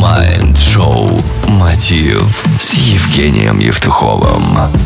Майнд-шоу «Мотив» с Евгением Евтуховым.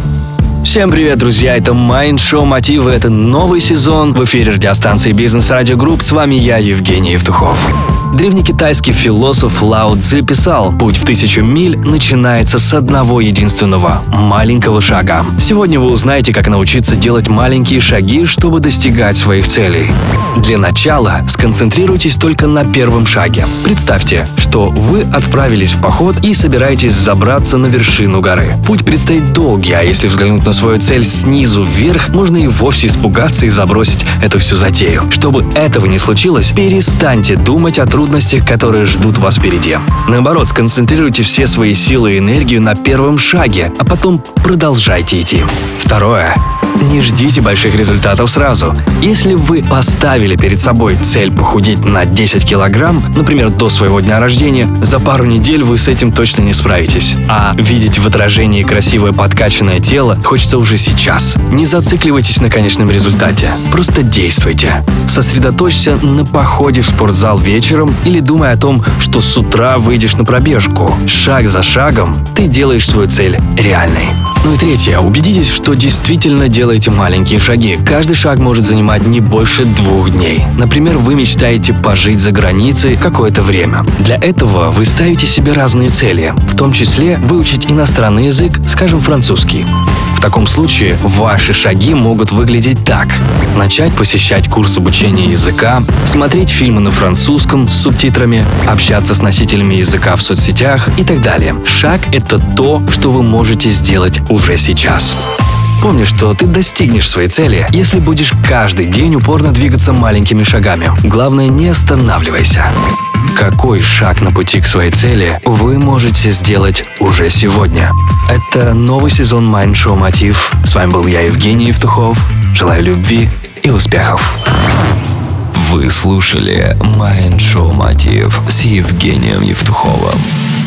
Всем привет, друзья! Это Майнд-шоу «Мотивы». Это новый сезон в эфире радиостанции «Бизнес Радио Групп». С вами я, Евгений Евтухов. Древнекитайский философ Лао Цзы писал: «Путь в 1000 миль начинается с одного единственного маленького шага». Сегодня вы узнаете, как научиться делать маленькие шаги, чтобы достигать своих целей. Для начала сконцентрируйтесь только на первом шаге. Представьте, что вы отправились в поход и собираетесь забраться на вершину горы. Путь предстоит долгий, а если взглянуть на свою цель снизу вверх, можно и вовсе испугаться и забросить эту всю затею. Чтобы этого не случилось, перестаньте думать о трудностях, которые ждут вас впереди. Наоборот, сконцентрируйте все свои силы и энергию на первом шаге, а потом продолжайте идти. Второе. Не ждите больших результатов сразу. Если вы поставили перед собой цель похудеть на 10 килограмм, например, до своего дня рождения, за пару недель вы с этим точно не справитесь. А видеть в отражении красивое подкачанное тело хочется уже сейчас. Не зацикливайтесь на конечном результате. Просто действуйте. Сосредоточься на походе в спортзал вечером или думай о том, что с утра выйдешь на пробежку. Шаг за шагом ты делаешь свою цель реальной. Ну и третье. Убедитесь, что действительно делаете маленькие шаги. Каждый шаг может занимать не больше 2 дней. Например, вы мечтаете пожить за границей какое-то время. Для этого вы ставите себе разные цели, в том числе выучить иностранный язык, скажем, французский. В таком случае ваши шаги могут выглядеть так. Начать посещать курс обучения языка, смотреть фильмы на французском с субтитрами, общаться с носителями языка в соцсетях и так далее. Шаг — это то, что вы можете сделать уже сейчас. Помни, что ты достигнешь своей цели, если будешь каждый день упорно двигаться маленькими шагами. Главное, не останавливайся. Какой шаг на пути к своей цели вы можете сделать уже сегодня? Это новый сезон Майнд-шоу «Мотив». С вами был я, Евгений Евтухов. Желаю любви и успехов. Вы слушали Майнд-шоу «Мотив» с Евгением Евтуховым.